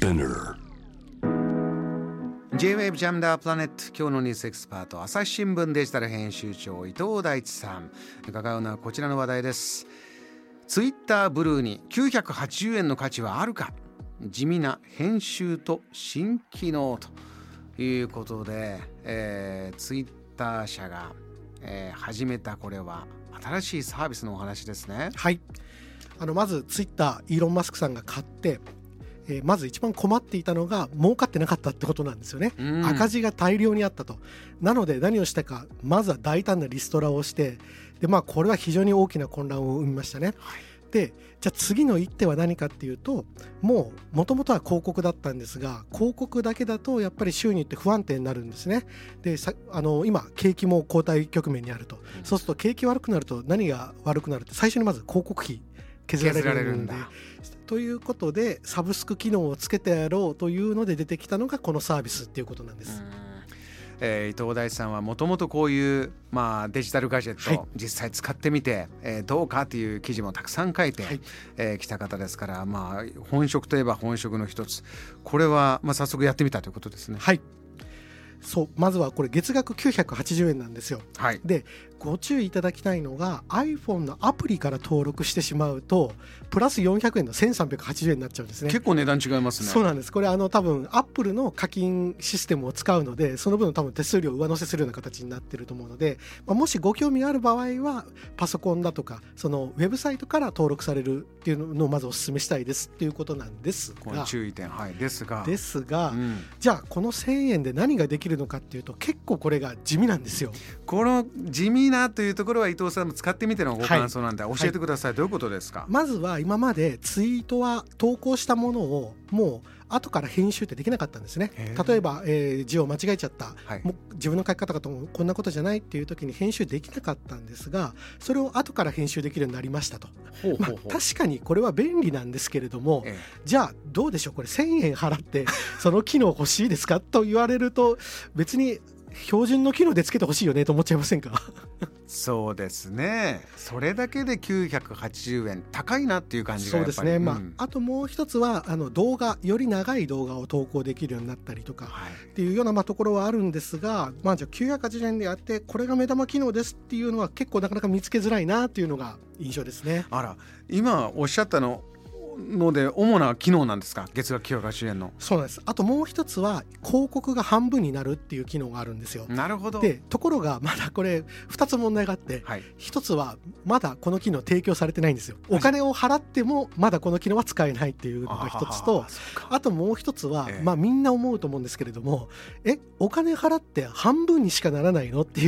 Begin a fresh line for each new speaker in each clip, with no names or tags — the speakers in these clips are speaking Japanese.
Spinner
J-Wave ジャムダープラネット、今日のニュースエキスパート、朝日新聞デジタル編集長伊藤大地さん。伺うのはこちらの話題です。ツイッターブルーに980円の価値はあるか、地味な編集と新機能ということで、ツイッター社が、始めたこれは新しいサービスのお話ですね。
はい、まずツイッターイーロン・マスクさんが買って、まず一番困っていたのが儲かってなかったってことなんですよね。赤字が大量にあったと。なので何をしたか、まずは大胆なリストラをして、でこれは非常に大きな混乱を生みましたね。はい、でじゃあ次の一手は何かっていうと、もともとは広告だったんですが、広告だけだとやっぱり収入って不安定になるんですね。で今景気も後退局面にあると。そうすると景気悪くなると何が悪くなるって、最初にまず広告費削られるんで、ということでサブスク機能をつけてやろうというので出てきたのがこのサービスっていうことなんです。
伊藤大地さんはもともとこういう、デジタルガジェットを実際使ってみて、どうかという記事もたくさん書いてきた方ですから、本職といえば本職の一つ、これは早速やってみたということですね。
はい、そう、まずはこれ月額980円なんですよ。はい、でご注意いただきたいのが iPhone のアプリから登録してしまうとプラス400円の1380円になっちゃうんですね。
結構値段違いますね。
そうなんです。これ多分 Apple の課金システムを使うので、その分多分手数料を上乗せするような形になっていると思うので、もしご興味がある場合はパソコンだとかそのウェブサイトから登録されるっていうのをまずお勧めしたいですっていうことなんですが、
この注意点、ですが、
じゃあこの1000円で何ができるのかっていうと、結構これが地味なんですよ。
この地味なというところは伊藤さんも使ってみてのご感想なんで、教えてください。どういうことですか？
まずは今までツイートは投稿したものをもう後から編集ってできなかったんですね。例えば、字を間違えちゃった、もう自分の書き方がこんなことじゃないっていう時に編集できなかったんですが、それを後から編集できるようになりましたと。確かにこれは便利なんですけれども、じゃあどうでしょう、これ1000円払ってその機能欲しいですかと言われると、別に標準の機能でつけてほしいよねと思っちゃいませんか？
そうですね。それだけで980円高いなっていう感じがやっぱり。そうですね。
あともう一つは動画、より長い動画を投稿できるようになったりとかっていうようなところはあるんですが、じゃあ980円でやってこれが目玉機能ですっていうのは結構なかなか見つけづらいなっていうのが印象ですね。
今おっしゃったので主な機能なんですか？月額980円の。
そうなんです。あともう一つは広告が半分になるっていう機能があるんですよ。
なるほど。
でところがまだこれ2つ問題があって、1つはまだこの機能提供されてないんですよ。お金を払ってもまだこの機能は使えないっていうのが1つと、あともう1つは、みんな思うと思うんですけれども、お金払って半分にしかならないのっていう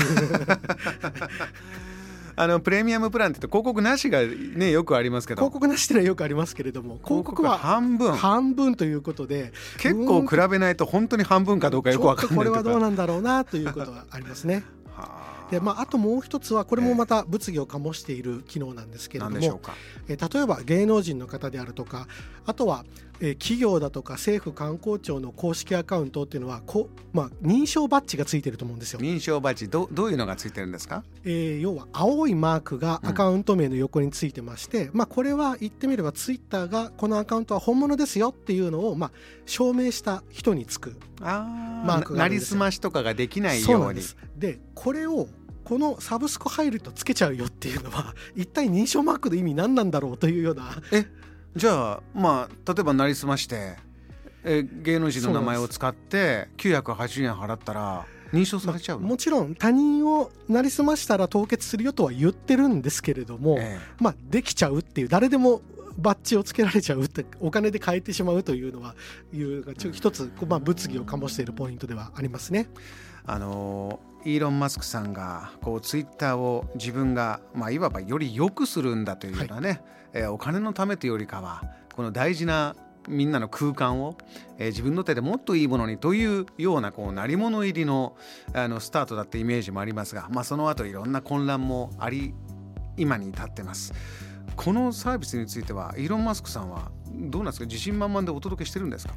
プレミアムプランって言うと広告なしがねよくありますけど、
広告なしってのはよくありますけれども、広告は半分ということで、
結構比べないと本当に半分かどうかよく分かんないとか、
これはどうなんだろうなということがありますね。であともう一つはこれもまた物議を醸している機能なんですけれども、例えば芸能人の方であるとか、あとは企業だとか政府観光庁の公式アカウントっていうのは認証バッジがついてると思うんですよ。
認証バッジ、どういうのがついてるんですか？
要は青いマークがアカウント名の横についてまして、これは言ってみればツイッターがこのアカウントは本物ですよっていうのを証明した人につくマークがあるんですよ。
なりすましとかができないように。
そうなんです。でこれをこのサブスク入るとつけちゃうよっていうのは一体認証マークの意味何なんだろうというような。
じゃあ例えばなりすまして芸能人の名前を使って980円払ったら認証されちゃうの？
もちろん他人をなりすましたら凍結するよとは言ってるんですけれども、できちゃうっていう、誰でもバッジをつけられちゃうって、お金で買えてしまうというのは一つ物議を醸しているポイントではありますね。
イーロン・マスクさんがツイッターを自分がいわばより良くするんだというようなね、お金のためというよりかはこの大事なみんなの空間を、自分の手でもっといいものにというような鳴り物入りの、スタートだってイメージもありますが、その後いろんな混乱もあり今に至ってます。このサービスについてはイーロン・マスクさんはどうなんですか？自信満々でお届けしてるんですか？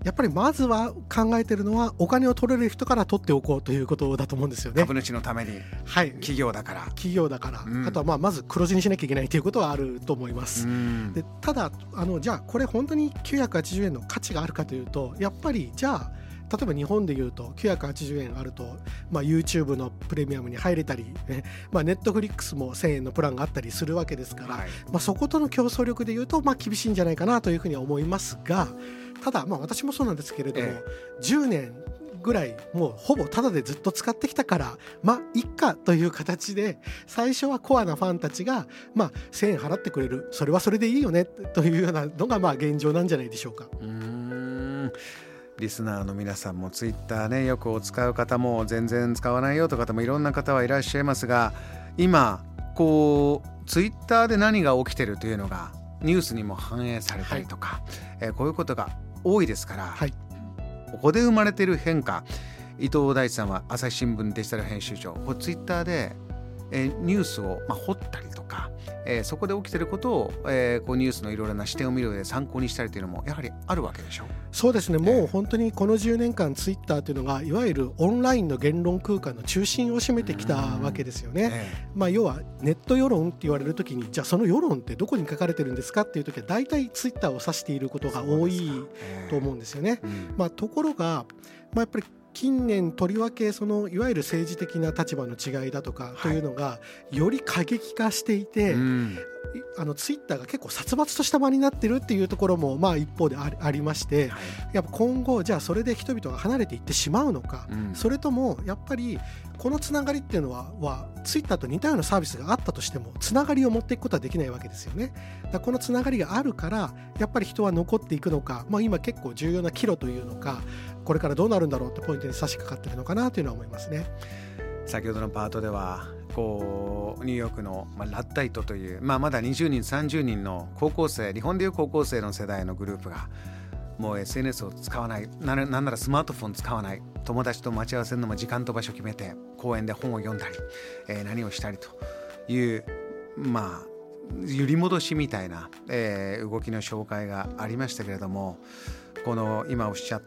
やっぱりまずは考えてるのはお金を取れる人から取っておこうということだと思うんですよね。
株主のために、
はい、
企業だから、
あとはまず黒字にしなきゃいけないということはあると思います。でただじゃあこれ本当に980円の価値があるかというと、やっぱりじゃあ例えば日本でいうと980円あると、YouTube のプレミアムに入れたり、Netflix も1000円のプランがあったりするわけですから、そことの競争力でいうと厳しいんじゃないかなというふうには思いますが、ただ私もそうなんですけれども、10年ぐらいもうほぼタダでずっと使ってきたからいっかという形で、最初はコアなファンたちが1000円払ってくれる、それはそれでいいよねというようなのが現状なんじゃないでしょうか。
リスナーの皆さんもツイッターね、よくお使う方も全然使わないよという方もいろんな方はいらっしゃいますが、今ツイッターで何が起きてるというのがニュースにも反映されたりとか、こういうことが多いですから、ここで生まれている変化、伊藤大地さんは朝日新聞デジタル編集長、ツイッターでニュースを掘ったりとか、そこで起きていることを、ニュースのいろいろな視点を見る上で参考にしたりというのもやはりあるわけでしょう。
そうですね、もう本当にこの10年間ツイッターというのがいわゆるオンラインの言論空間の中心を占めてきたわけですよね。要はネット世論って言われるときに、じゃあその世論ってどこに書かれてるんですかっていうときは大体ツイッターを指していることが多いと思うんですよね。ところが、やっぱり近年とりわけそのいわゆる政治的な立場の違いだとかというのがより過激化していて、ツイッターが結構殺伐とした場になってるっていうところも一方でありまして、やっぱ今後じゃあそれで人々が離れていってしまうのか、それともやっぱりこのつながりっていうのはツイッターと似たようなサービスがあったとしてもつながりを持っていくことはできないわけですよね。だからこのつながりがあるからやっぱり人は残っていくのか、今結構重要な岐路というのか、これからどうなるんだろうってポイントに差し掛かってるのかなというのは思いますね。
先ほどのパートではニューヨークのラッダイトという、まだ20人30人の高校生、日本でいう高校生の世代のグループがもう SNS を使わない、なんならスマートフォン使わない、友達と待ち合わせるのも時間と場所決めて公園で本を読んだり、何をしたりという揺り戻しみたいな、動きの紹介がありましたけれども、この今おっしゃった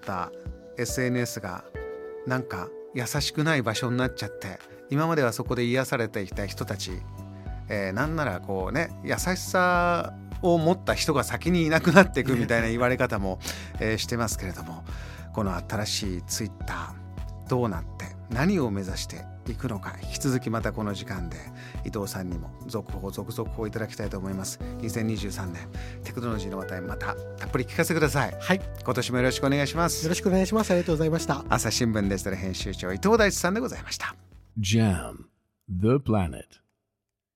SNS がなんか優しくない場所になっちゃって、今まではそこで癒されていた人たち、なんなら優しさを持った人が先にいなくなっていくみたいな言われ方も、してますけれども、この新しいツイッターどうなって何を目指していくのか、引き続きまたこの時間で伊藤さんにも続報いただきたいと思います。2023年テクノロジーの話題、またたっぷり聞かせてください。今年もよろしくお願いします。
よろしくお願いします。ありがとうございました。
朝日新聞デジタル編集長伊藤大地さんでございました。
JAM The Planet